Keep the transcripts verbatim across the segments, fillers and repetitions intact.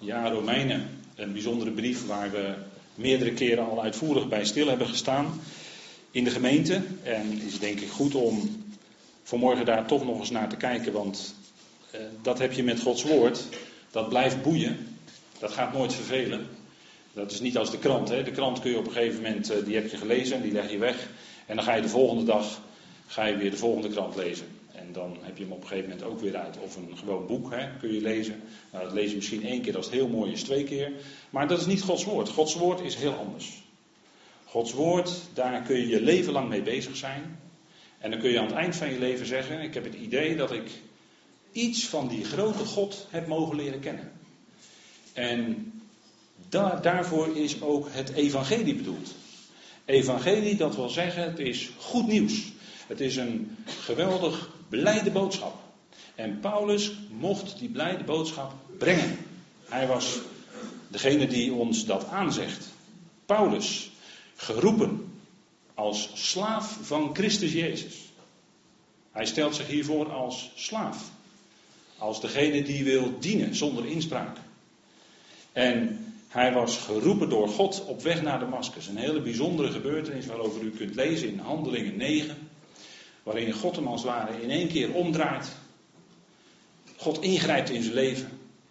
Ja, Romeinen, een bijzondere brief waar we meerdere keren al uitvoerig bij stil hebben gestaan in de gemeente. En het is denk ik goed om vanmorgen daar toch nog eens naar te kijken, want uh, dat heb je met Gods woord. Dat blijft boeien, dat gaat nooit vervelen. Dat is niet als de krant. Hè. De krant kun je op een gegeven moment, uh, die heb je gelezen, die leg je weg. En dan ga je de volgende dag ga je weer de volgende krant lezen. En dan heb je hem op een gegeven moment ook weer uit. Of een gewoon boek hè, kun je lezen. Nou, dat lees je misschien één keer als het heel mooi is, twee keer. Maar dat is niet Gods woord. Gods woord is heel anders. Gods woord, daar kun je je leven lang mee bezig zijn. En dan kun je aan het eind van je leven zeggen, ik heb het idee dat ik iets van die grote God heb mogen leren kennen. En da- daarvoor is ook het evangelie bedoeld. Evangelie, dat wil zeggen, het is goed nieuws. Het is een geweldig blijde boodschap. En Paulus mocht die blijde boodschap brengen. Hij was degene die ons dat aanzegt. Paulus, geroepen als slaaf van Christus Jezus. Hij stelt zich hiervoor als slaaf. Als degene die wil dienen zonder inspraak. En hij was geroepen door God op weg naar Damascus. Een hele bijzondere gebeurtenis waarover u kunt lezen in Handelingen negen. Waarin God hem als het ware in één keer omdraait. God ingrijpt in zijn leven.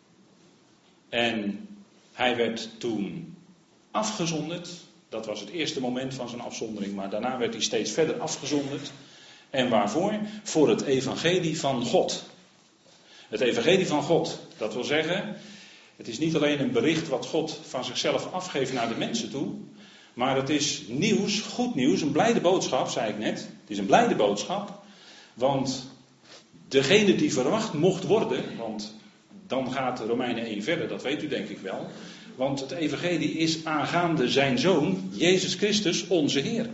En hij werd toen afgezonderd. Dat was het eerste moment van zijn afzondering. Maar daarna werd hij steeds verder afgezonderd. En waarvoor? Voor het evangelie van God. Het evangelie van God. Dat wil zeggen, het is niet alleen een bericht wat God van zichzelf afgeeft naar de mensen toe. Maar het is nieuws, goed nieuws, een blijde boodschap, zei ik net. Het is een blijde boodschap. Want degene die verwacht mocht worden, want dan gaat Romeinen één verder, dat weet u denk ik wel. Want het evangelie is aangaande zijn zoon, Jezus Christus, onze Heer.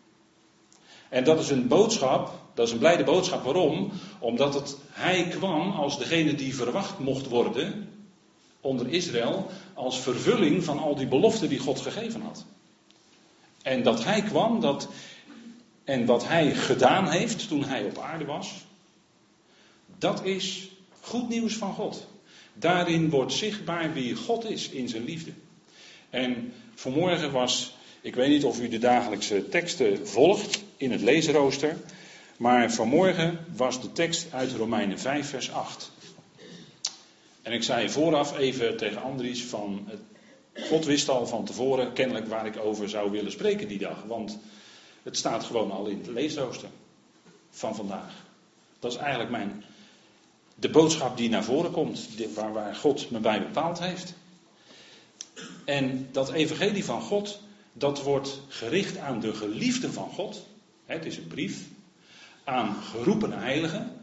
En dat is een boodschap, dat is een blijde boodschap. Waarom? Omdat het, hij kwam als degene die verwacht mocht worden onder Israël, als vervulling van al die beloften die God gegeven had. En dat hij kwam, dat, en wat hij gedaan heeft toen hij op aarde was, dat is goed nieuws van God. Daarin wordt zichtbaar wie God is in zijn liefde. En vanmorgen was, ik weet niet of u de dagelijkse teksten volgt in het leesrooster, maar vanmorgen was de tekst uit Romeinen vijf vers acht. En ik zei vooraf even tegen Andries van, God wist al van tevoren kennelijk waar ik over zou willen spreken die dag. Want het staat gewoon al in het leesrooster van vandaag. Dat is eigenlijk mijn, de boodschap die naar voren komt, waar, waar God me bij bepaald heeft. En dat evangelie van God, dat wordt gericht aan de geliefden van God. Het is een brief aan geroepene heiligen.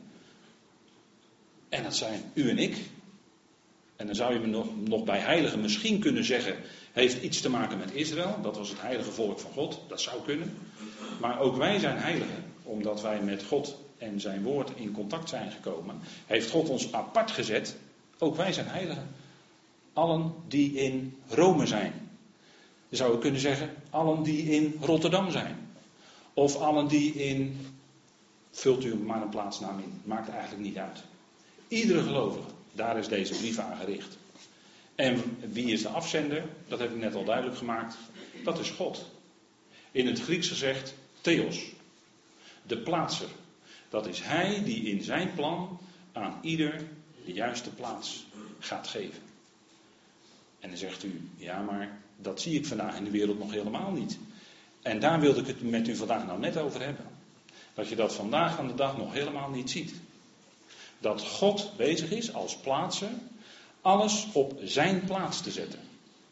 En dat zijn u en ik. En dan zou je me nog, nog bij heiligen misschien kunnen zeggen, heeft iets te maken met Israël. Dat was het heilige volk van God, dat zou kunnen. Maar ook wij zijn heiligen, omdat wij met God en zijn woord in contact zijn gekomen. Heeft God ons apart gezet, ook wij zijn heiligen. Allen die in Rome zijn. Dan zou je kunnen zeggen, allen die in Rotterdam zijn. Of allen die in, vult u maar een plaatsnaam in, maakt eigenlijk niet uit. Iedere gelovige. Daar is deze brief aan gericht. En wie is de afzender? Dat heb ik net al duidelijk gemaakt. Dat is God. In het Grieks gezegd, Theos. De plaatser. Dat is hij die in zijn plan aan ieder de juiste plaats gaat geven. En dan zegt u, ja maar dat zie ik vandaag in de wereld nog helemaal niet. En daar wilde ik het met u vandaag nou net over hebben. Dat je dat vandaag aan de dag nog helemaal niet ziet. Dat God bezig is als plaatser alles op zijn plaats te zetten.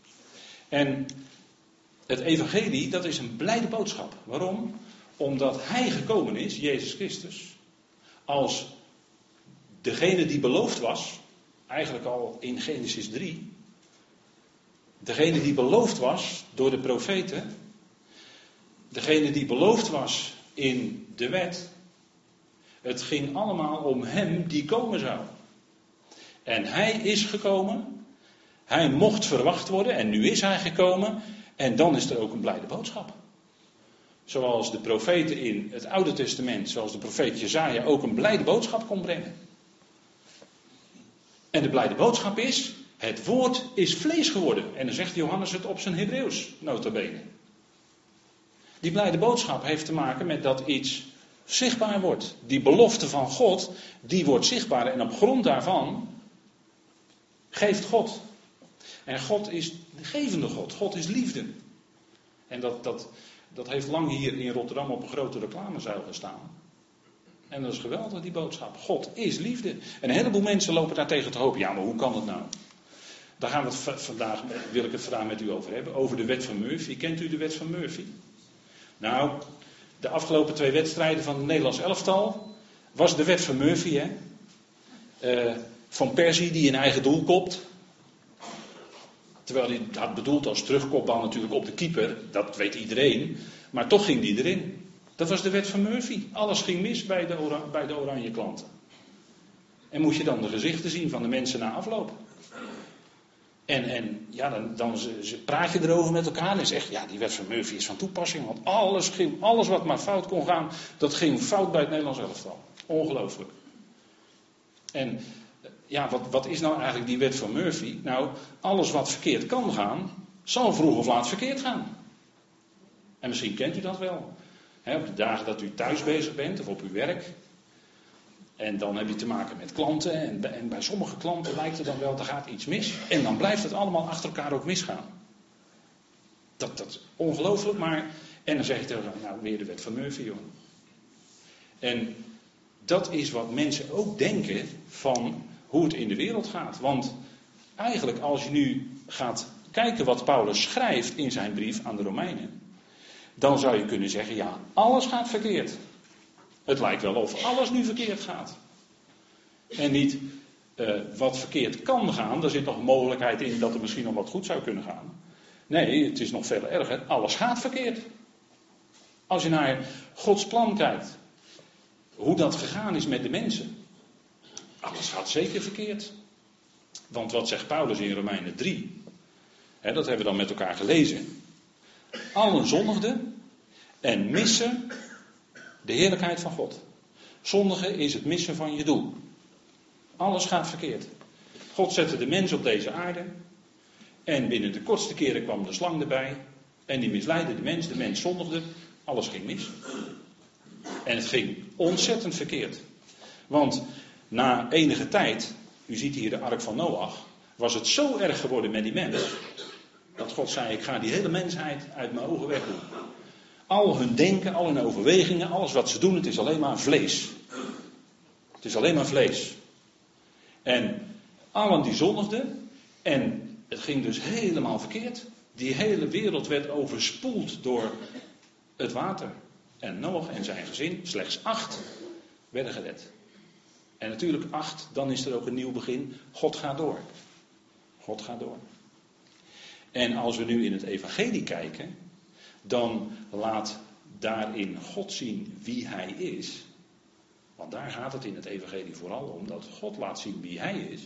En het evangelie, dat is een blijde boodschap. Waarom? Omdat hij gekomen is, Jezus Christus, als degene die beloofd was, eigenlijk al in Genesis drie, degene die beloofd was door de profeten, degene die beloofd was in de wet. Het ging allemaal om hem die komen zou. En hij is gekomen. Hij mocht verwacht worden. En nu is hij gekomen. En dan is er ook een blijde boodschap. Zoals de profeten in het Oude Testament, zoals de profeet Jesaja ook een blijde boodschap kon brengen. En de blijde boodschap is, Het woord is vlees geworden. En dan zegt Johannes het op zijn Hebreeuws, nota bene. Die blijde boodschap heeft te maken met dat iets zichtbaar wordt. Die belofte van God, die wordt zichtbaar. En op grond daarvan geeft God. En God is de gevende God. God is liefde. En dat, dat, dat heeft lang hier in Rotterdam op een grote reclamezuil gestaan. En dat is geweldig, die boodschap. God is liefde. En een heleboel mensen lopen daar tegen te hopen. Ja, maar hoe kan het nou? Daar gaan we het vandaag, wil ik het vandaag met u over hebben. Over de wet van Murphy. Kent u de wet van Murphy? Nou, de afgelopen twee wedstrijden van het Nederlands elftal was de wet van Murphy. Hè? Uh, van Persie die een eigen doel kopt. Terwijl hij had bedoeld als terugkopbal natuurlijk op de keeper. Dat weet iedereen. Maar toch ging die erin. Dat was de wet van Murphy. Alles ging mis bij de, ora- bij de oranje klanten. En moet je dan de gezichten zien van de mensen na afloop. En, en ja, dan, dan ze, ze praat je erover met elkaar en zegt, ja, die wet van Murphy is van toepassing. Want alles, ging, alles wat maar fout kon gaan, dat ging fout bij het Nederlands elftal. Ongelooflijk. En ja, wat, wat is nou eigenlijk die wet van Murphy? Nou, alles wat verkeerd kan gaan, zal vroeg of laat verkeerd gaan. En misschien kent u dat wel. He, op de dagen dat u thuis bezig bent of op uw werk. En dan heb je te maken met klanten. En bij, en bij sommige klanten lijkt het dan wel, er gaat iets mis. En dan blijft het allemaal achter elkaar ook misgaan. Dat, dat is ongelooflijk, maar... En dan zeg je tegen elkaar, nou weer de wet van Murphy, joh. En dat is wat mensen ook denken van hoe het in de wereld gaat. Want eigenlijk als je nu gaat kijken wat Paulus schrijft in zijn brief aan de Romeinen. Dan zou je kunnen zeggen, ja, alles gaat verkeerd. Het lijkt wel of alles nu verkeerd gaat. En niet uh, wat verkeerd kan gaan, daar zit nog een mogelijkheid in dat er misschien nog wat goed zou kunnen gaan. Nee, het is nog veel erger, alles gaat verkeerd. Als je naar Gods plan kijkt, hoe dat gegaan is met de mensen. Alles gaat zeker verkeerd. Want wat zegt Paulus in Romeinen drie? Hè, dat hebben we dan met elkaar gelezen. Allen zondigden en missen de heerlijkheid van God. Zondigen is het missen van je doel. Alles gaat verkeerd. God zette de mens op deze aarde. En binnen de kortste keren kwam de slang erbij. En die misleidde de mens. De mens zondigde. Alles ging mis. En het ging ontzettend verkeerd. Want na enige tijd, u ziet hier de ark van Noach, was het zo erg geworden met die mens, dat God zei, ik ga die hele mensheid uit mijn ogen wegdoen. Al hun denken, al hun overwegingen, alles wat ze doen, het is alleen maar vlees. Het is alleen maar vlees. En allen die zondigden, en het ging dus helemaal verkeerd. Die hele wereld werd overspoeld door het water. En Noach en zijn gezin, slechts acht, werden gered. En natuurlijk acht, dan is er ook een nieuw begin. God gaat door. God gaat door. En als we nu in het evangelie kijken, dan laat daarin God zien wie hij is. Want daar gaat het in het evangelie vooral om, dat God laat zien wie hij is.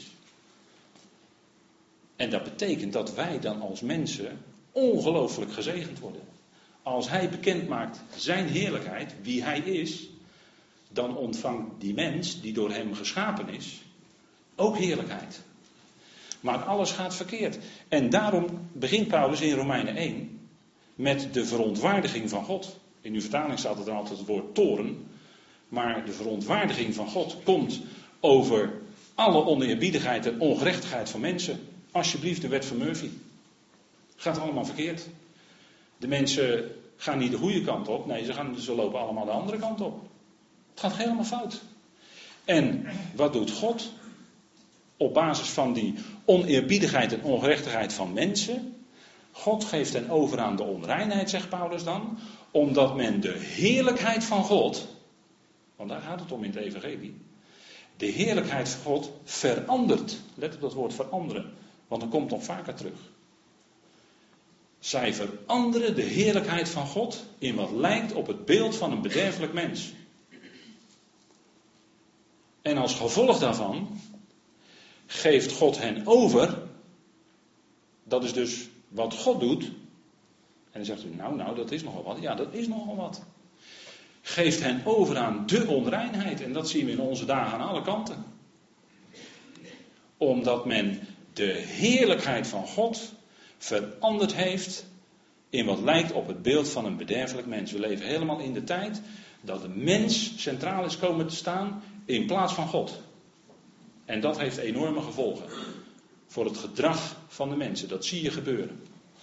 En dat betekent dat wij dan als mensen ongelooflijk gezegend worden. Als hij bekend maakt zijn heerlijkheid, wie hij is, dan ontvangt die mens die door hem geschapen is ook heerlijkheid. Maar alles gaat verkeerd. En daarom begint Paulus in Romeinen één met de verontwaardiging van God. In uw vertaling staat er dan altijd het woord toorn. Maar de verontwaardiging van God komt over alle oneerbiedigheid en ongerechtigheid van mensen. Alsjeblieft, de wet van Murphy. Gaat allemaal verkeerd. De mensen gaan niet de goede kant op. Nee, ze, gaan, ze lopen allemaal de andere kant op. Het gaat helemaal fout. En wat doet God? Op basis van die oneerbiedigheid en ongerechtigheid van mensen. God geeft hen over aan de onreinheid, zegt Paulus dan. Omdat men de heerlijkheid van God, want daar gaat het om in het evangelie. De heerlijkheid van God verandert. Let op dat woord veranderen. Want dat komt nog vaker terug. Zij veranderen de heerlijkheid van God in wat lijkt op het beeld van een bederfelijk mens. En als gevolg daarvan geeft God hen over. Dat is dus wat God doet. En dan zegt u, nou, nou, dat is nogal wat. Ja, dat is nogal wat. Geeft hen over aan de onreinheid. En dat zien we in onze dagen aan alle kanten. Omdat men de heerlijkheid van God veranderd heeft in wat lijkt op het beeld van een bederfelijk mens. We leven helemaal in de tijd dat de mens centraal is komen te staan in plaats van God. En dat heeft enorme gevolgen voor het gedrag van de mensen. Dat zie je gebeuren.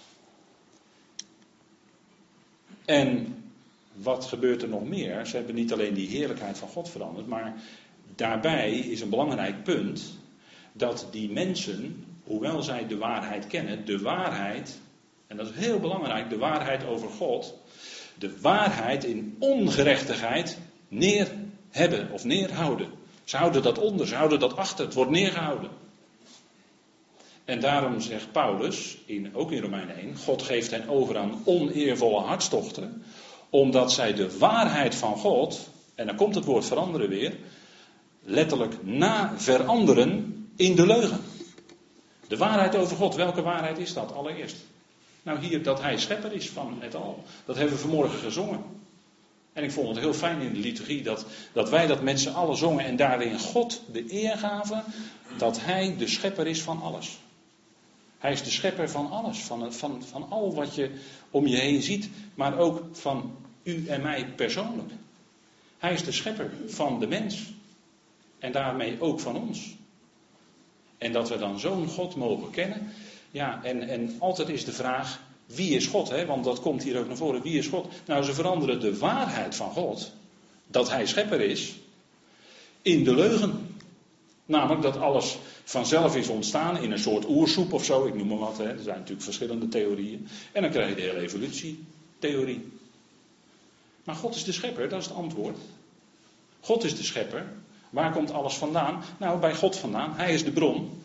En wat gebeurt er nog meer? Ze hebben niet alleen die heerlijkheid van God veranderd, maar daarbij is een belangrijk punt dat die mensen, hoewel zij de waarheid kennen, de waarheid, en dat is heel belangrijk, de waarheid over God, de waarheid in ongerechtigheid neer hebben of neerhouden. Ze houden dat onder, ze houden dat achter, het wordt neergehouden. En daarom zegt Paulus, in, ook in Romeinen één, God geeft hen over aan oneervolle hartstochten, omdat zij de waarheid van God, en dan komt het woord veranderen weer, letterlijk na veranderen in de leugen. De waarheid over God, welke waarheid is dat allereerst? Nou hier dat hij schepper is van het al. Dat hebben we vanmorgen gezongen. En ik vond het heel fijn in de liturgie dat, dat wij dat met z'n allen zongen en daarin God de eer gaven dat hij de schepper is van alles. Hij is de schepper van alles, van, van, van al wat je om je heen ziet, maar ook van u en mij persoonlijk. Hij is de schepper van de mens en daarmee ook van ons. En dat we dan zo'n God mogen kennen. Ja, en, en altijd is de vraag, wie is God? Hè? Want dat komt hier ook naar voren. Wie is God? Nou, ze veranderen de waarheid van God, dat hij schepper is, in de leugen. Namelijk dat alles vanzelf is ontstaan in een soort oersoep of zo, ik noem maar wat. Hè? Er zijn natuurlijk verschillende theorieën. En dan krijg je de hele evolutietheorie. Maar God is de schepper, dat is het antwoord. God is de schepper. Waar komt alles vandaan? Nou, bij God vandaan. Hij is de bron.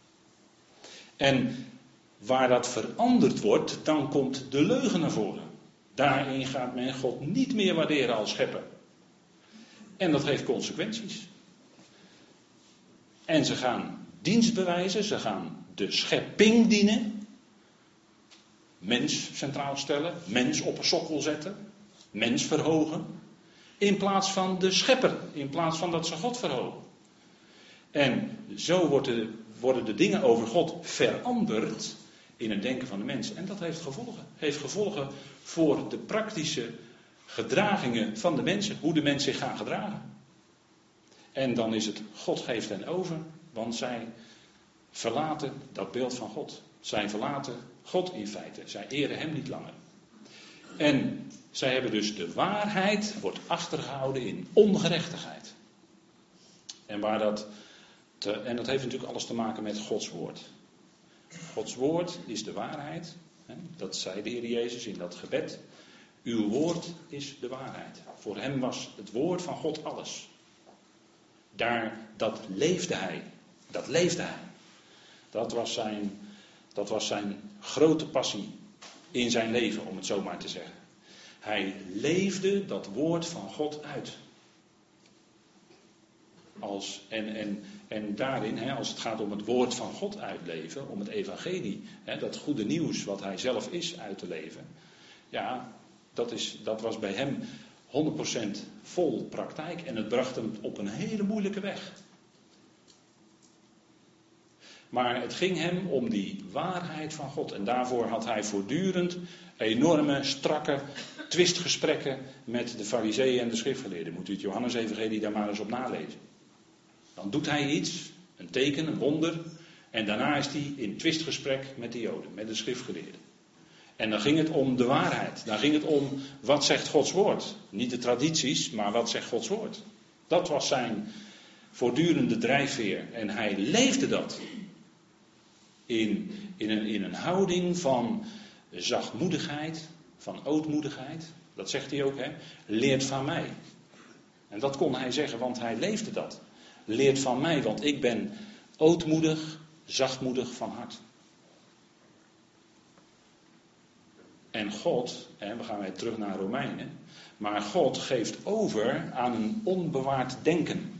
En waar dat veranderd wordt, dan komt de leugen naar voren. Daarin gaat men God niet meer waarderen als schepper. En dat heeft consequenties. En ze gaan dienst bewijzen, ze gaan de schepping dienen. Mens centraal stellen, mens op een sokkel zetten, mens verhogen. In plaats van de schepper, in plaats van dat ze God verhogen. En zo worden, worden de dingen over God veranderd in het denken van de mens. En dat heeft gevolgen. Heeft gevolgen voor de praktische gedragingen van de mensen. Hoe de mensen zich gaan gedragen. En dan is het, God geeft hen over, want zij verlaten dat beeld van God. Zij verlaten God in feite. Zij eren hem niet langer. En zij hebben dus de waarheid, wordt achtergehouden in ongerechtigheid. En, waar dat te, en dat heeft natuurlijk alles te maken met Gods woord. Gods woord is de waarheid. Hè, dat zei de Heer Jezus in dat gebed. Uw woord is de waarheid. Voor hem was het woord van God alles. Daar, dat leefde hij. Dat leefde hij. Dat was zijn, dat was zijn grote passie in zijn leven, om het zo maar te zeggen. Hij leefde dat woord van God uit. Als, en, en, en daarin, hè, als het gaat om het woord van God uitleven, om het evangelie, hè, dat goede nieuws wat hij zelf is uit te leven. Ja, dat, is, dat was bij hem honderd procent vol praktijk en het bracht hem op een hele moeilijke weg. Maar het ging hem om die waarheid van God. En daarvoor had hij voortdurend enorme, strakke twistgesprekken met de farizeeën en de schriftgeleerden. Moet u het Johannes-evangelie daar maar eens op nalezen. Dan doet hij iets, een teken, een wonder. En daarna is hij in twistgesprek met de Joden, met de schriftgeleerden. En dan ging het om de waarheid. Dan ging het om, wat zegt Gods woord? Niet de tradities, maar wat zegt Gods woord? Dat was zijn voortdurende drijfveer. En hij leefde dat. In, in, een, in een houding van zachtmoedigheid, van ootmoedigheid. Dat zegt hij ook, hè. Leert van mij. En dat kon hij zeggen, want hij leefde dat. Leert van mij, want ik ben ootmoedig, zachtmoedig van hart. En God, hè, we gaan weer terug naar Romeinen. Maar God geeft over aan een onbewaard denken.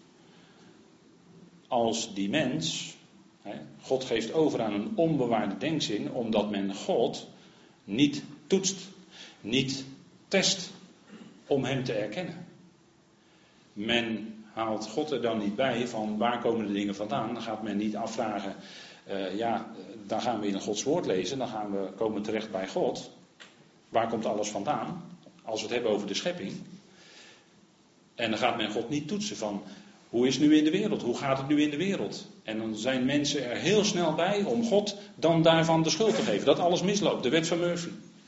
Als die mens... God geeft over aan een onbewaarde denkzin, omdat men God niet toetst, niet test om hem te erkennen. Men haalt God er dan niet bij van waar komen de dingen vandaan. Dan gaat men niet afvragen Uh, ja, dan gaan we in Gods woord lezen, dan gaan we komen terecht bij God. Waar komt alles vandaan? Als we het hebben over de schepping. En dan gaat men God niet toetsen van, hoe is het nu in de wereld? Hoe gaat het nu in de wereld? En dan zijn mensen er heel snel bij om God dan daarvan de schuld te geven. Dat alles misloopt, de wet van Murphy.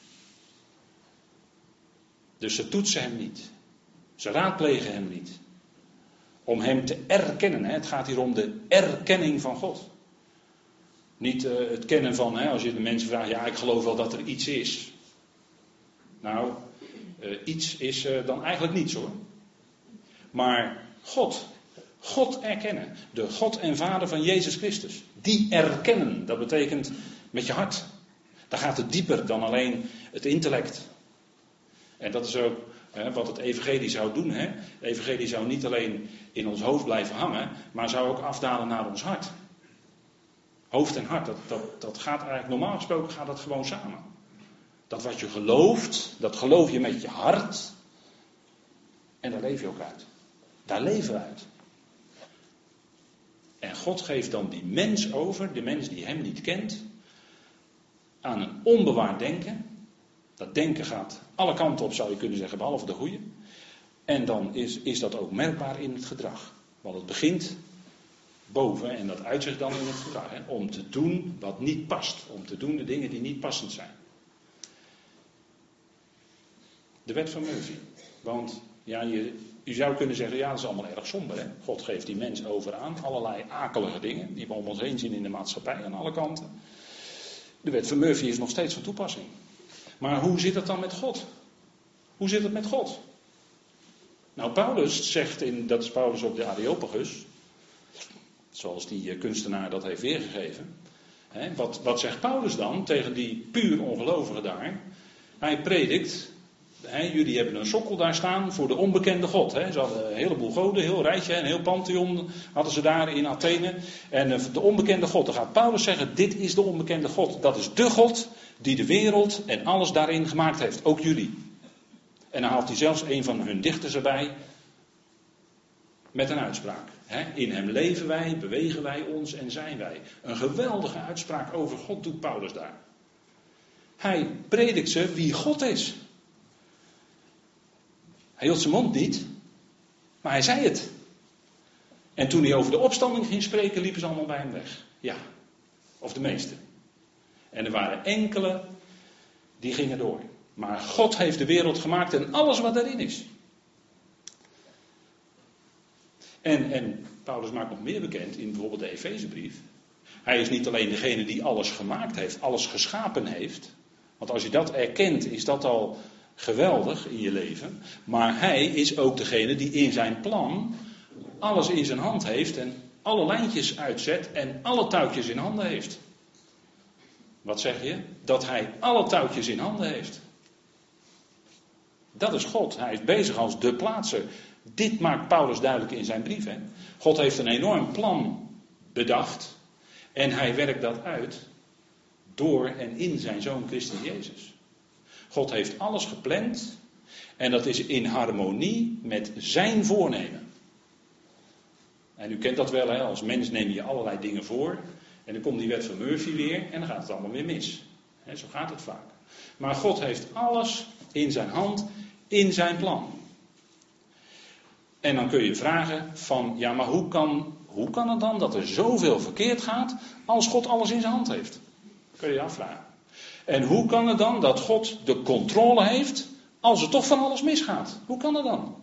Dus ze toetsen hem niet. Ze raadplegen hem niet. Om hem te erkennen. Hè. Het gaat hier om de erkenning van God. Niet uh, het kennen van, hè, als je de mensen vraagt, ja, ik geloof wel dat er iets is. Nou, uh, iets is uh, dan eigenlijk niets hoor. Maar God, God erkennen. De God en Vader van Jezus Christus. Die erkennen, dat betekent met je hart. Dan gaat het dieper dan alleen het intellect. En dat is ook hè, wat het evangelie zou doen. Hè. Het evangelie zou niet alleen in ons hoofd blijven hangen, maar zou ook afdalen naar ons hart. Hoofd en hart, dat, dat, dat gaat eigenlijk, normaal gesproken gaat dat gewoon samen. Dat wat je gelooft, dat geloof je met je hart. En daar leef je ook uit. Daar leven we uit. En God geeft dan die mens over, de mens die hem niet kent, aan een onbewaard denken. Dat denken gaat alle kanten op, zou je kunnen zeggen, behalve de goede. En dan is, is dat ook merkbaar in het gedrag. Want het begint boven en dat uitzicht dan in het gedrag. Hè, om te doen wat niet past. Om te doen de dingen die niet passend zijn. De wet van Murphy. Want ja, je, je zou kunnen zeggen, ja, dat is allemaal erg somber. Hè? God geeft die mens over aan allerlei akelige dingen die we om ons heen zien in de maatschappij aan alle kanten. De wet van Murphy is nog steeds van toepassing. Maar hoe zit het dan met God? Hoe zit het met God? Nou, Paulus zegt, in, dat is Paulus op de Areopagus, zoals die kunstenaar dat heeft weergegeven. Hè, wat, wat zegt Paulus dan tegen die puur ongelovigen daar? Hij predikt, hè, jullie hebben een sokkel daar staan voor de onbekende God. Hè. Ze hadden een heleboel goden, een heel rijtje, een heel pantheon hadden ze daar in Athene. En de onbekende God, dan gaat Paulus zeggen, dit is de onbekende God. Dat is de God die de wereld en alles daarin gemaakt heeft, ook jullie. En dan haalt hij zelfs een van hun dichters erbij met een uitspraak. He, in hem leven wij, bewegen wij ons en zijn wij. Een geweldige uitspraak over God doet Paulus daar. Hij predikt ze wie God is. Hij hield zijn mond niet, maar hij zei het. En toen hij over de opstanding ging spreken, liepen ze allemaal bij hem weg. Ja, of de meeste. En er waren enkele die gingen door. Maar God heeft de wereld gemaakt en alles wat daarin is. En, en Paulus maakt nog meer bekend in bijvoorbeeld de Efezebrief. Hij is niet alleen degene die alles gemaakt heeft, alles geschapen heeft. Want als je dat erkent, is dat al geweldig in je leven. Maar hij is ook degene die in zijn plan alles in zijn hand heeft en alle lijntjes uitzet en alle touwtjes in handen heeft. Wat zeg je? Dat hij alle touwtjes in handen heeft. Dat is God. Hij is bezig als de plaatser. Dit maakt Paulus duidelijk in zijn brief. Hè? God heeft een enorm plan bedacht. En hij werkt dat uit door en in zijn Zoon Christus Jezus. God heeft alles gepland. En dat is in harmonie met zijn voornemen. En u kent dat wel, hè? Als mens neem je allerlei dingen voor. En dan komt die wet van Murphy weer en dan gaat het allemaal weer mis. He, zo gaat het vaak. Maar God heeft alles in zijn hand, in zijn plan. En dan kun je vragen van, ja maar hoe kan, hoe kan het dan dat er zoveel verkeerd gaat als God alles in zijn hand heeft? Kun je je afvragen. En hoe kan het dan dat God de controle heeft als er toch van alles misgaat? Hoe kan dat dan?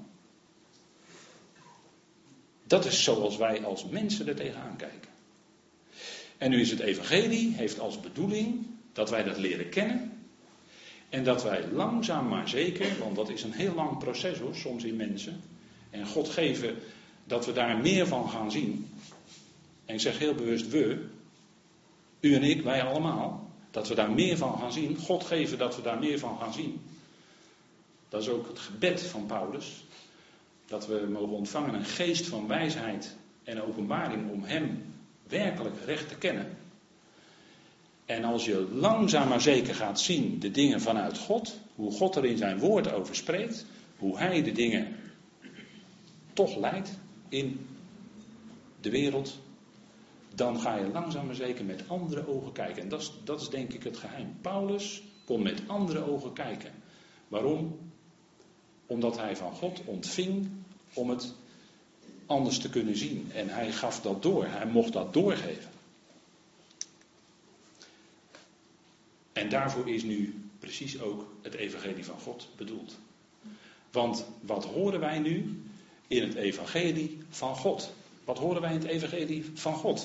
Dat is zoals wij als mensen er tegenaan kijken. En nu is het evangelie, heeft als bedoeling dat wij dat leren kennen. En dat wij langzaam maar zeker, want dat is een heel lang proces hoor, soms in mensen. En God geven dat we daar meer van gaan zien. En ik zeg heel bewust we, u en ik, wij allemaal. Dat we daar meer van gaan zien. God geven dat we daar meer van gaan zien. Dat is ook het gebed van Paulus. Dat we mogen ontvangen een geest van wijsheid en openbaring om hem werkelijk recht te kennen. En als je langzaam maar zeker gaat zien de dingen vanuit God, hoe God er in zijn woord over spreekt, hoe hij de dingen toch leidt in de wereld, dan ga je langzaam maar zeker met andere ogen kijken. En dat is, dat is denk ik het geheim. Paulus kon met andere ogen kijken. Waarom? Omdat hij van God ontving om het anders te kunnen zien. En hij gaf dat door. Hij mocht dat doorgeven. En daarvoor is nu precies ook het evangelie van God bedoeld. Want wat horen wij nu in het evangelie van God? Wat horen wij in het evangelie van God?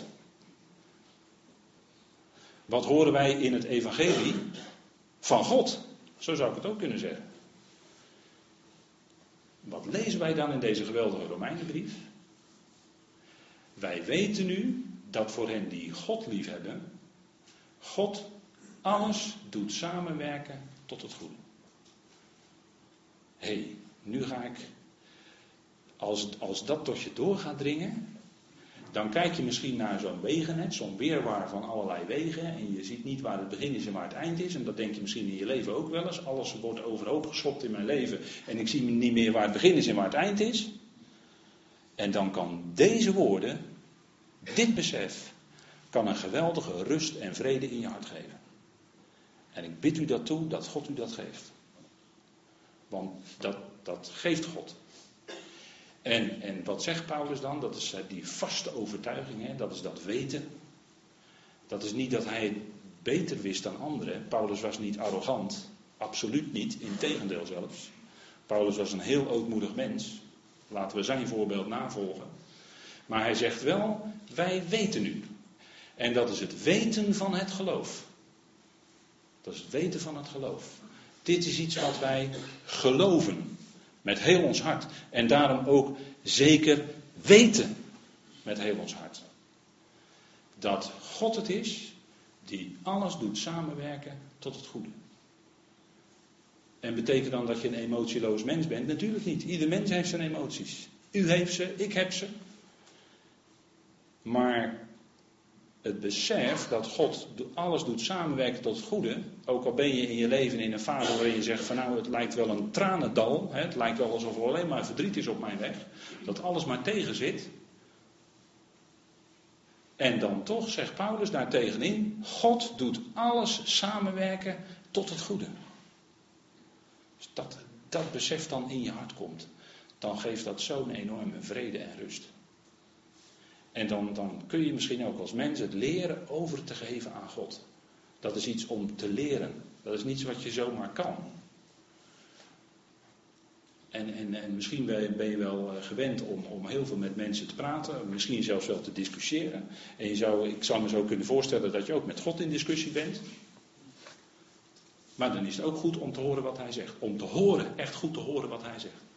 Wat horen wij in het evangelie van God? Zo zou ik het ook kunnen zeggen. Wat lezen wij dan in deze geweldige Romeinenbrief? Wij weten nu dat voor hen die God liefhebben, God alles doet samenwerken tot het goede. Hé, hey, nu ga ik, als, als dat tot je door gaat dringen, dan kijk je misschien naar zo'n wegennet, zo'n weerwaar van allerlei wegen, en je ziet niet waar het begin is en waar het eind is, en dat denk je misschien in je leven ook wel eens. Alles wordt overhoop geschopt in mijn leven en ik zie niet meer waar het begin is en waar het eind is. En dan kan deze woorden, dit besef, kan een geweldige rust en vrede in je hart geven. En ik bid u dat toe, dat God u dat geeft. Want dat, dat geeft God. En, en wat zegt Paulus dan? Dat is die vaste overtuiging, hè? Dat is dat weten. Dat is niet dat hij het beter wist dan anderen. Paulus was niet arrogant. Absoluut niet, integendeel zelfs. Paulus was een heel ootmoedig mens. Laten we zijn voorbeeld navolgen. Maar hij zegt wel, wij weten nu. En dat is het weten van het geloof. Dat is het weten van het geloof. Dit is iets wat wij geloven. Met heel ons hart. En daarom ook zeker weten. Met heel ons hart. Dat God het is die alles doet samenwerken tot het goede. En betekent dan dat je een emotieloos mens bent? Natuurlijk niet. Ieder mens heeft zijn emoties. U heeft ze, ik heb ze. Maar het besef dat God alles doet samenwerken tot het goede. Ook al ben je in je leven in een fase waarin je zegt van nou het lijkt wel een tranendal. Hè, het lijkt wel alsof er alleen maar verdriet is op mijn weg. Dat alles maar tegen zit. En dan toch zegt Paulus daar tegenin. God doet alles samenwerken tot het goede. Dus dat, dat besef dan in je hart komt. Dan geeft dat zo'n enorme vrede en rust. En dan, dan kun je misschien ook als mens het leren over te geven aan God. Dat is iets om te leren. Dat is niets wat je zomaar kan. En, en, en misschien ben je wel gewend om, om heel veel met mensen te praten. Misschien zelfs wel te discussiëren. En je zou, ik zou me zo kunnen voorstellen dat je ook met God in discussie bent. Maar dan is het ook goed om te horen wat hij zegt. Om te horen, echt goed te horen wat hij zegt.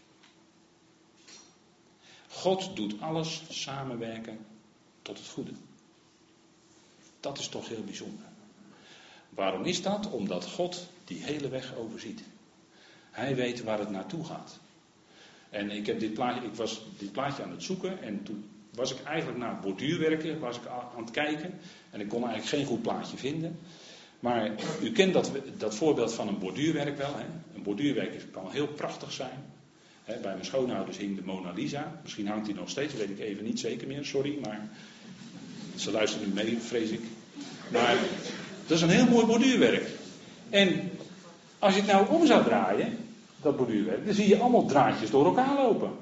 God doet alles samenwerken tot het goede. Dat is toch heel bijzonder. Waarom is dat? Omdat God die hele weg overziet. Hij weet waar het naartoe gaat. En ik, heb dit plaatje, ik was dit plaatje aan het zoeken en toen was ik eigenlijk naar borduurwerken was ik aan het kijken. En ik kon eigenlijk geen goed plaatje vinden. Maar u kent dat, dat voorbeeld van een borduurwerk wel. Hè? Een borduurwerk kan heel prachtig zijn. He, bij mijn schoonouders hing de Mona Lisa. Misschien hangt die nog steeds, weet ik even niet zeker meer, sorry. Maar ze luisteren nu mee, vrees ik. Maar dat is een heel mooi borduurwerk. En als je het nou om zou draaien, dat borduurwerk, dan zie je allemaal draadjes door elkaar lopen.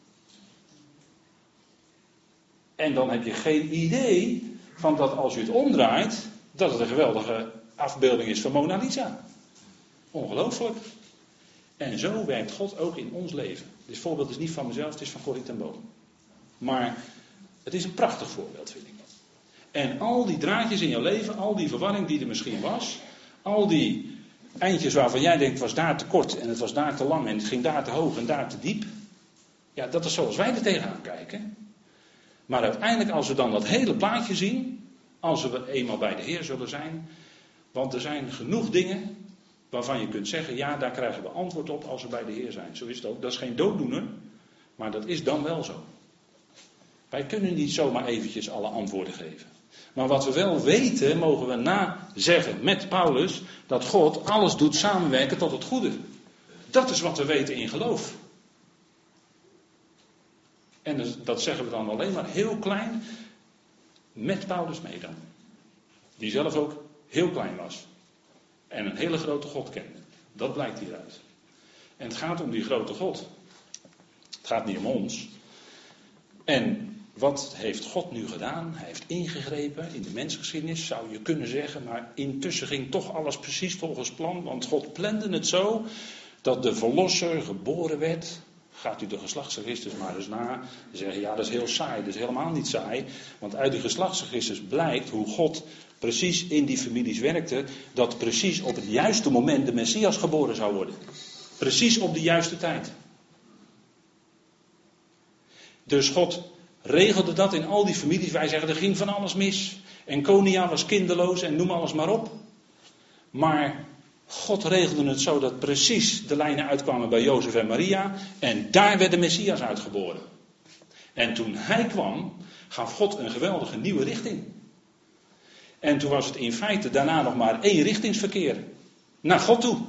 En dan heb je geen idee van dat als je het omdraait, dat het een geweldige afbeelding is van Mona Lisa. Ongelooflijk. En zo werkt God ook in ons leven. Dit voorbeeld is niet van mezelf, het is van Corrie ten Boom. Maar het is een prachtig voorbeeld, vind ik. En al die draadjes in jouw leven, al die verwarring die er misschien was, al die eindjes waarvan jij denkt, het was daar te kort en het was daar te lang en het ging daar te hoog en daar te diep. Ja, dat is zoals wij er tegenaan kijken. Maar uiteindelijk als we dan dat hele plaatje zien, als we eenmaal bij de Heer zullen zijn, want er zijn genoeg dingen waarvan je kunt zeggen, ja, daar krijgen we antwoord op als we bij de Heer zijn. Zo is het ook. Dat is geen dooddoener, maar dat is dan wel zo. Wij kunnen niet zomaar eventjes alle antwoorden geven. Maar wat we wel weten, mogen we nazeggen met Paulus, dat God alles doet samenwerken tot het goede. Dat is wat we weten in geloof. En dat zeggen we dan alleen maar heel klein. met Paulus mee dan. Die zelf ook heel klein was. En een hele grote God kende. Dat blijkt hieruit. En het gaat om die grote God. Het gaat niet om ons. En wat heeft God nu gedaan? Hij heeft ingegrepen in de mensgeschiedenis, zou je kunnen zeggen. Maar intussen ging toch alles precies volgens plan. Want God plande het zo dat de verlosser geboren werd. Gaat u de geslachtsregisters maar eens na. Dan zeggen ja, dat is heel saai. Dat is helemaal niet saai. Want uit die geslachtsregisters blijkt hoe God precies in die families werkte. Dat precies op het juiste moment de Messias geboren zou worden. Precies op de juiste tijd. Dus God regelde dat in al die families. Wij zeggen er ging van alles mis. En Konia was kinderloos en noem alles maar op. Maar God regelde het zo dat precies de lijnen uitkwamen bij Jozef en Maria. En daar werd de Messias uitgeboren. En toen hij kwam, gaf God een geweldige nieuwe richting. En toen was het in feite daarna nog maar één richtingsverkeer. Naar God toe.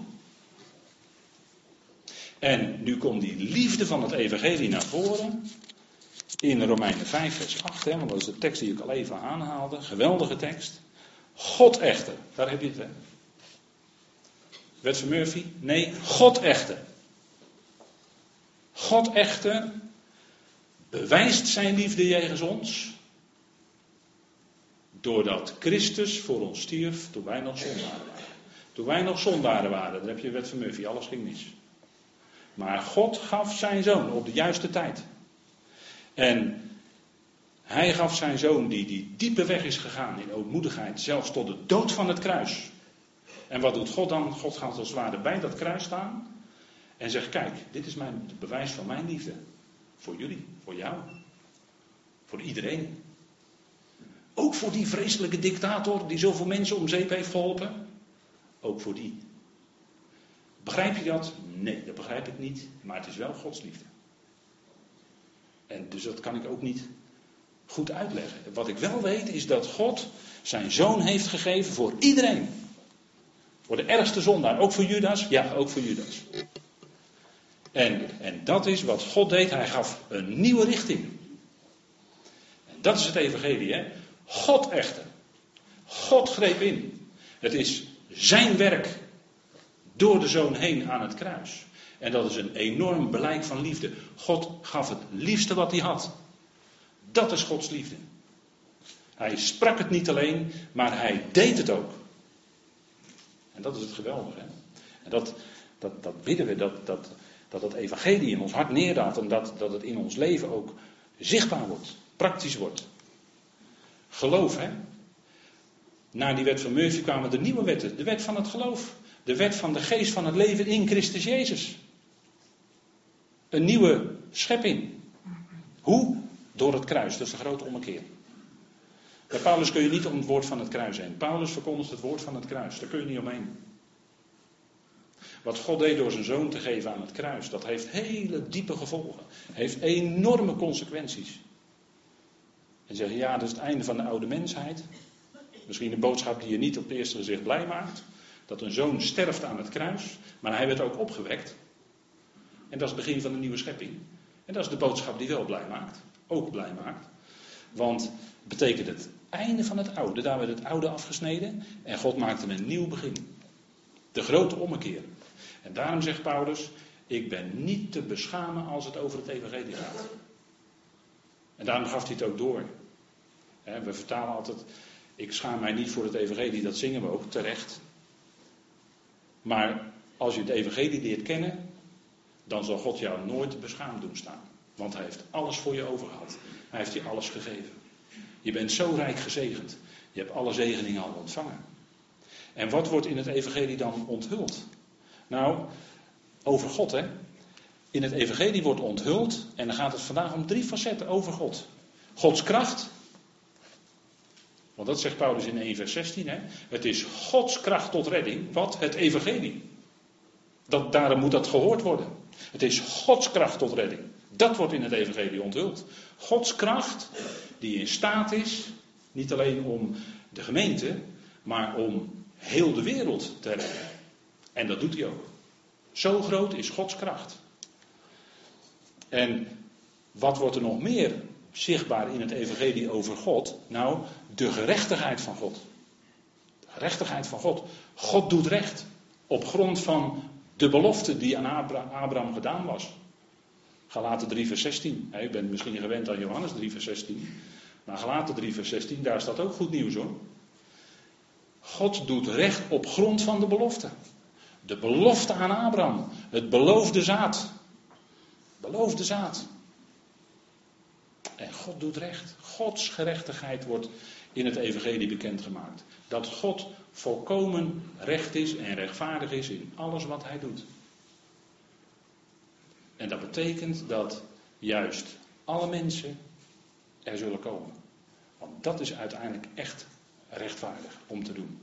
En nu komt die liefde van het evangelie naar voren. In Romeinen vijf vers acht. Hè, want dat is de tekst die ik al even aanhaalde. Geweldige tekst. God echter. Daar heb je het. Hè. Wet van Murphy? Nee, God echter. God echter bewijst zijn liefde jegens ons. Doordat Christus voor ons stierf toen wij nog zondaren waren. Toen wij nog zondaren waren, daar heb je Wet van Murphy, alles ging mis. Maar God gaf zijn zoon op de juiste tijd. En hij gaf zijn zoon die die diepe weg is gegaan in ootmoedigheid, zelfs tot de dood van het kruis. En wat doet God dan? God gaat als het ware bij dat kruis staan en zegt, kijk, dit is mijn, het bewijs van mijn liefde. Voor jullie, voor jou, voor iedereen. Ook voor die vreselijke dictator die zoveel mensen om zeep heeft geholpen. Ook voor die. Begrijp je dat? Nee, dat begrijp ik niet. Maar het is wel Gods liefde. En dus dat kan ik ook niet goed uitleggen. Wat ik wel weet is dat God zijn zoon heeft gegeven voor iedereen. Voor de ergste zondaar. Ook voor Judas? Ja, ook voor Judas. En, en dat is wat God deed. Hij gaf een nieuwe richting. En dat is het evangelie, hè. God echter. God greep in. Het is zijn werk door de zoon heen aan het kruis. En dat is een enorm blijk van liefde. God gaf het liefste wat hij had. Dat is Gods liefde. Hij sprak het niet alleen, maar hij deed het ook. En dat is het geweldige. Hè? En dat, dat, dat bidden we, dat, dat, dat het evangelie in ons hart neerdaalt. En dat, dat het in ons leven ook zichtbaar wordt, praktisch wordt. Geloof, hè. Na die wet van Murphy kwamen de nieuwe wetten. De wet van het geloof. De wet van de geest van het leven in Christus Jezus. Een nieuwe schepping. Hoe? Door het kruis. Dat is de grote ommekeer. Bij Paulus kun je niet om het woord van het kruis heen. Paulus verkondigt het woord van het kruis. Daar kun je niet omheen. Wat God deed door zijn zoon te geven aan het kruis. Dat heeft hele diepe gevolgen. Heeft enorme consequenties. En zeggen, ja, dat is het einde van de oude mensheid. Misschien een boodschap die je niet op het eerste gezicht blij maakt. Dat een zoon sterft aan het kruis. Maar hij werd ook opgewekt. En dat is het begin van een nieuwe schepping. En dat is de boodschap die wel blij maakt. Ook blij maakt. Want het betekent het einde van het oude. Daar werd het oude afgesneden. En God maakte een nieuw begin. De grote ommekeer. En daarom zegt Paulus, ik ben niet te beschamen als het over het evangelie gaat. En daarom gaf hij het ook door. We vertalen altijd, ik schaam mij niet voor het evangelie, dat zingen we ook terecht. Maar als je het evangelie leert kennen, dan zal God jou nooit beschaamd doen staan. Want hij heeft alles voor je overgehad. Hij heeft je alles gegeven. Je bent zo rijk gezegend. Je hebt alle zegeningen al ontvangen. En wat wordt in het evangelie dan onthuld? Nou, over God, hè. In het evangelie wordt onthuld, en dan gaat het vandaag om drie facetten over God. Gods kracht. Want dat zegt Paulus in één vers zestien. Hè? Het is Gods kracht tot redding. Wat? Het evangelie. Dat, daarom moet dat gehoord worden. Het is Gods kracht tot redding. Dat wordt in het evangelie onthuld. Gods kracht die in staat is, niet alleen om de gemeente, maar om heel de wereld te redden. En dat doet hij ook. Zo groot is Gods kracht. En wat wordt er nog meer zichtbaar in het evangelie over God? Nou, de gerechtigheid van God. De gerechtigheid van God. God doet recht. Op grond van de belofte die aan Abraham gedaan was. Galaten drie vers zestien. Je bent misschien gewend aan Johannes drie vers zestien. Maar Galaten drie vers zestien, daar staat ook goed nieuws hoor. God doet recht op grond van de belofte. De belofte aan Abraham. Het beloofde zaad. Beloofde zaad. En God doet recht. Gods gerechtigheid wordt in het evangelie bekendgemaakt. Dat God volkomen recht is en rechtvaardig is in alles wat hij doet. En dat betekent dat juist alle mensen er zullen komen. Want dat is uiteindelijk echt rechtvaardig om te doen.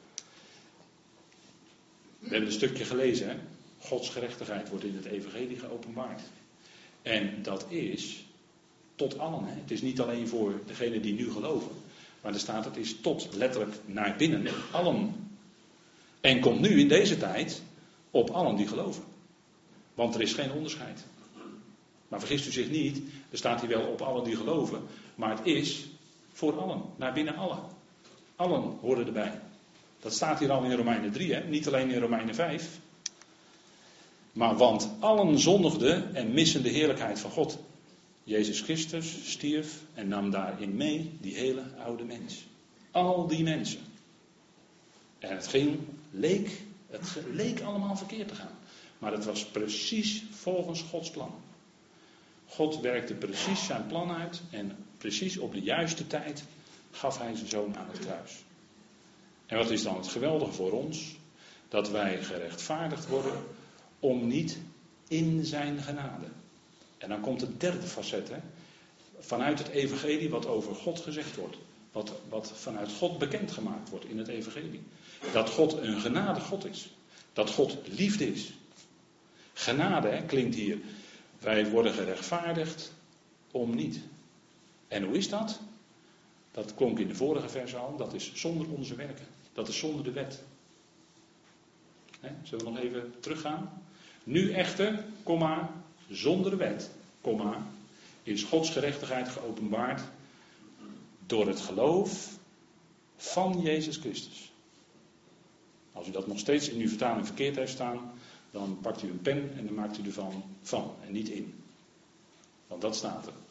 We hebben een stukje gelezen, hè? Gods gerechtigheid wordt in het evangelie geopenbaard. En dat is tot allen. Hè? Het is niet alleen voor degenen die nu geloven. Maar er staat het is tot letterlijk naar binnen allen. En komt nu in deze tijd op allen die geloven. Want er is geen onderscheid. Maar vergist u zich niet, er staat hier wel op allen die geloven. Maar het is voor allen, naar binnen allen. Allen horen erbij. Dat staat hier al in Romeinen drie, hè? Niet alleen in Romeinen vijf. Maar want allen zondigden en missen de heerlijkheid van God. Jezus Christus stierf en nam daarin mee die hele oude mens. Al die mensen. En het ging, leek, het leek allemaal verkeerd te gaan. Maar het was precies volgens Gods plan. God werkte precies zijn plan uit en precies op de juiste tijd gaf hij zijn zoon aan het kruis. En wat is dan het geweldige voor ons? Dat wij gerechtvaardigd worden om niet in zijn genade. En dan komt het derde facet. Hè? Vanuit het evangelie wat over God gezegd wordt. Wat, wat vanuit God bekendgemaakt wordt in het evangelie. Dat God een genade God is. Dat God liefde is. Genade hè, klinkt hier. Wij worden gerechtvaardigd om niet. En hoe is dat? Dat klonk in de vorige vers al. Dat is zonder onze werken. Dat is zonder de wet. Hè, zullen we nog even teruggaan? Nu echter, komma, zonder de wet, komma, is Gods gerechtigheid geopenbaard door het geloof van Jezus Christus. Als u dat nog steeds in uw vertaling verkeerd heeft staan, dan pakt u een pen en dan maakt u ervan van en niet in. Want dat staat er.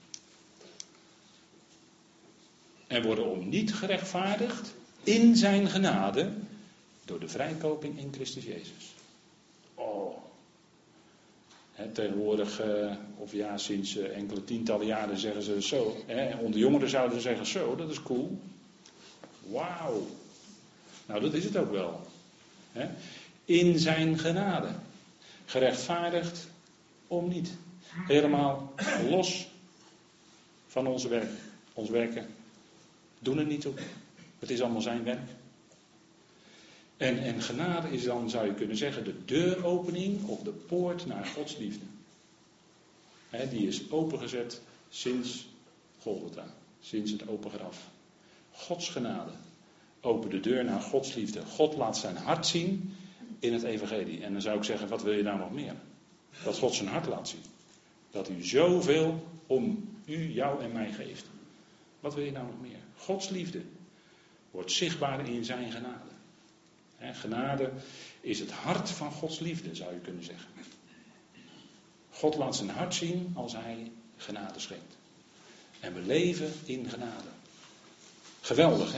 En worden om niet gerechtvaardigd in zijn genade door de vrijkoping in Christus Jezus. Oh. He, tegenwoordig, uh, of ja, sinds uh, enkele tientallen jaren zeggen ze zo. He, onder jongeren zouden ze zeggen zo, dat is cool. Wauw. Nou, dat is het ook wel. He. In zijn genade. Gerechtvaardigd om niet. Helemaal los van onze werk. Ons werken doen er niet toe. Het is allemaal zijn werk. En, en genade is dan, zou je kunnen zeggen, de deuropening of de poort naar Gods liefde. He, die is opengezet sinds Golgotha, sinds het open graf. Gods genade opent de deur naar Gods liefde. God laat zijn hart zien in het evangelie. En dan zou ik zeggen, wat wil je nou nog meer? Dat God zijn hart laat zien. Dat hij zoveel om u, jou en mij geeft. Wat wil je nou nog meer? Gods liefde wordt zichtbaar in zijn genade. He, genade is het hart van Gods liefde, zou je kunnen zeggen. God laat zijn hart zien als hij genade schenkt. En we leven in genade. Geweldig, hè?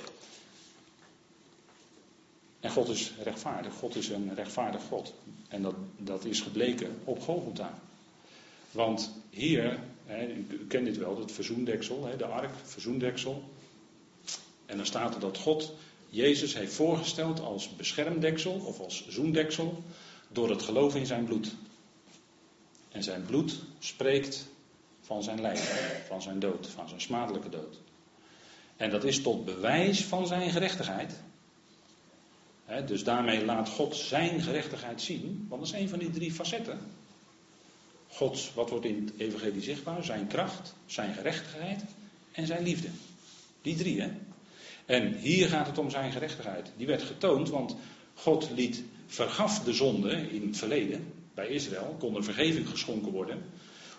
En God is rechtvaardig. God is een rechtvaardig God. En dat, dat is gebleken op Golgotha. Want hier, hè, u, u kent dit wel, het verzoendeksel, hè, de ark, verzoendeksel. En dan staat er dat God Jezus heeft voorgesteld als beschermdeksel of als zoendeksel door het geloof in zijn bloed. En zijn bloed spreekt van zijn lijden, van zijn dood, van zijn smadelijke dood. En dat is tot bewijs van zijn gerechtigheid. He, dus daarmee laat God zijn gerechtigheid zien, want dat is een van die drie facetten. God, wat wordt in het evangelie zichtbaar? Zijn kracht, zijn gerechtigheid en zijn liefde. Die drie, hè. En hier gaat het om zijn gerechtigheid. Die werd getoond, want God liet, vergaf de zonde in het verleden. Bij Israël kon er vergeving geschonken worden.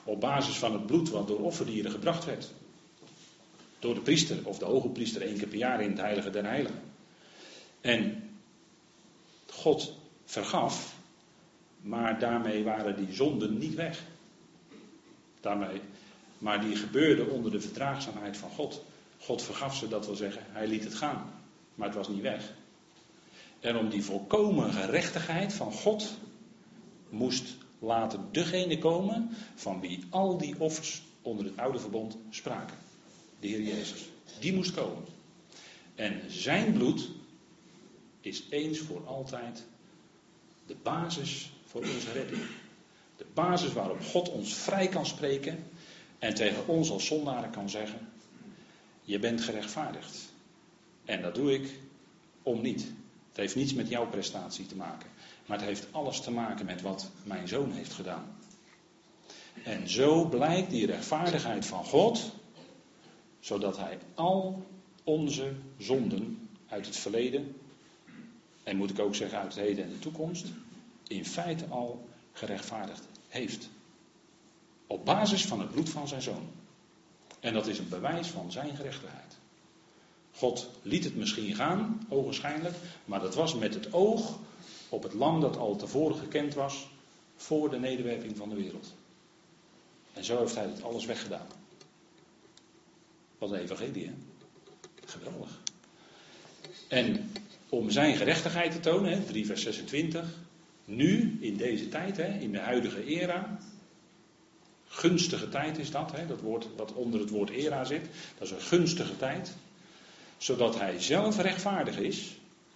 Op basis van het bloed wat door offerdieren gebracht werd. Door de priester of de hoge priester één keer per jaar in het heilige der heiligen. En God vergaf, maar daarmee waren die zonden niet weg. Daarmee, maar die gebeurden onder de verdraagzaamheid van God. God vergaf ze, dat wil zeggen, hij liet het gaan. Maar het was niet weg. En om die volkomen gerechtigheid van God moest later degene komen van wie al die offers onder het oude verbond spraken. De Heer Jezus. Die moest komen. En zijn bloed is eens voor altijd de basis voor onze redding. De basis waarop God ons vrij kan spreken en tegen ons als zondaren kan zeggen: je bent gerechtvaardigd. En dat doe ik om niet. Het heeft niets met jouw prestatie te maken. Maar het heeft alles te maken met wat mijn zoon heeft gedaan. En zo blijkt die rechtvaardigheid van God, zodat hij al onze zonden uit het verleden, en moet ik ook zeggen uit het heden en de toekomst, in feite al gerechtvaardigd heeft. Op basis van het bloed van zijn zoon. En dat is een bewijs van zijn gerechtigheid. God liet het misschien gaan, ogenschijnlijk, maar dat was met het oog op het lam dat al tevoren gekend was voor de nederwerping van de wereld. En zo heeft hij het alles weggedaan. Wat een evangelie, hè? Geweldig. En om zijn gerechtigheid te tonen, hè, drie vers zesentwintig, nu, in deze tijd, hè, in de huidige era, gunstige tijd is dat, hè, dat woord wat onder het woord era zit, dat is een gunstige tijd, zodat hij zelf rechtvaardig is,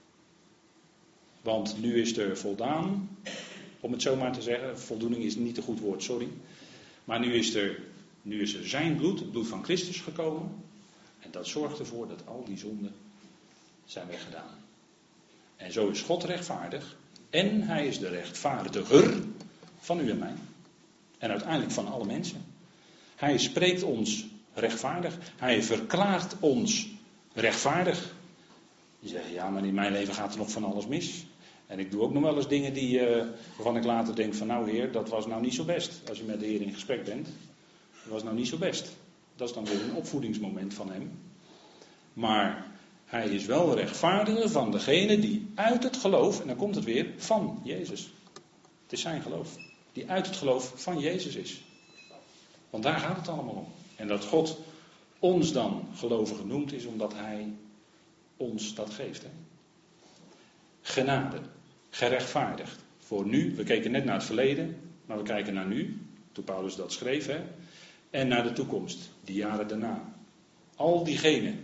want nu is er voldaan, om het zo maar te zeggen, voldoening is niet een goed woord, sorry, maar nu is er, nu is er zijn bloed, het bloed van Christus gekomen, en dat zorgt ervoor dat al die zonden zijn weggedaan. En zo is God rechtvaardig. En hij is de rechtvaardiger van u en mij. En uiteindelijk van alle mensen. Hij spreekt ons rechtvaardig. Hij verklaart ons rechtvaardig. Je zegt, ja, maar in mijn leven gaat er nog van alles mis. En ik doe ook nog wel eens dingen die, uh, waarvan ik later denk van, nou Heer, dat was nou niet zo best. Als je met de Heer in gesprek bent. Dat was nou niet zo best. Dat is dan weer een opvoedingsmoment van hem. Maar hij is wel rechtvaardiger van degene die uit het geloof, en dan komt het weer, van Jezus. Het is zijn geloof. Die uit het geloof van Jezus is. Want daar gaat het allemaal om. En dat God ons dan gelovigen noemt is omdat hij ons dat geeft. Hè? Genade. Gerechtvaardigd. Voor nu, we keken net naar het verleden, maar we kijken naar nu. Toen Paulus dat schreef. Hè? En naar de toekomst. Die jaren daarna. Al diegenen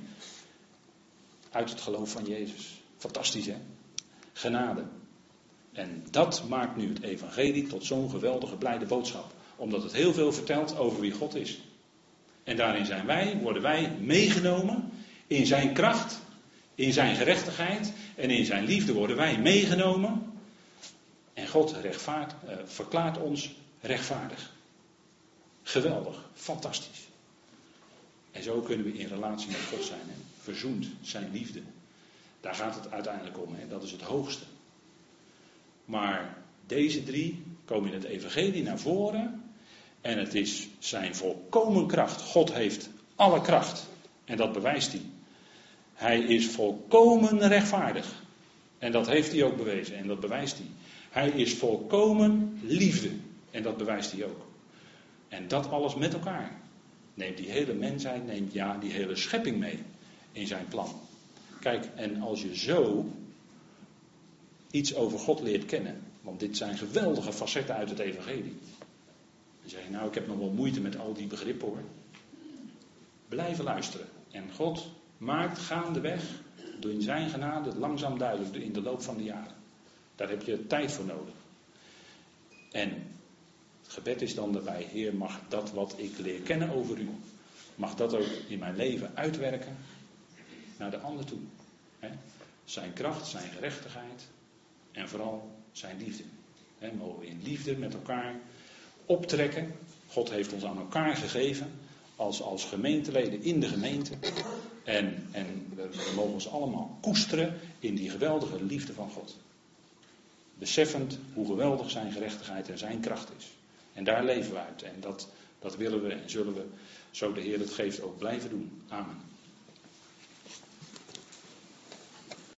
uit het geloof van Jezus. Fantastisch, hè? Genade. En dat maakt nu het evangelie tot zo'n geweldige blijde boodschap. Omdat het heel veel vertelt over wie God is. En daarin zijn wij, worden wij meegenomen in zijn kracht, in zijn gerechtigheid en in zijn liefde worden wij meegenomen. En God rechtvaard, uh, verklaart ons rechtvaardig. Geweldig, fantastisch. En zo kunnen we in relatie met God zijn. Hè? Verzoend, zijn liefde. Daar gaat het uiteindelijk om. Hè? Dat is het hoogste. Maar deze drie komen in het evangelie naar voren. En het is zijn volkomen kracht. God heeft alle kracht. En dat bewijst hij. Hij is volkomen rechtvaardig. En dat heeft hij ook bewezen. En dat bewijst hij. Hij is volkomen liefde. En dat bewijst hij ook. En dat alles met elkaar. Neemt die hele mensheid, neemt ja die hele schepping mee in zijn plan. Kijk, en als je zo iets over God leert kennen, want dit zijn geweldige facetten uit het evangelie. Dan zeg je, nou ik heb nog wel moeite met al die begrippen hoor. Blijven luisteren. En God maakt gaandeweg, door in zijn genade, langzaam duidelijk in de loop van de jaren. Daar heb je tijd voor nodig. En het gebed is dan daarbij, Heer, mag dat wat ik leer kennen over u, mag dat ook in mijn leven uitwerken naar de ander toe. He? Zijn kracht, zijn gerechtigheid en vooral zijn liefde. He, mogen we in liefde met elkaar optrekken. God heeft ons aan elkaar gegeven als, als gemeenteleden in de gemeente. En, en we, we mogen ons allemaal koesteren in die geweldige liefde van God. Beseffend hoe geweldig zijn gerechtigheid en zijn kracht is. En daar leven we uit. En dat Dat willen we en zullen we, zo de Heer het geeft, ook blijven doen. Amen.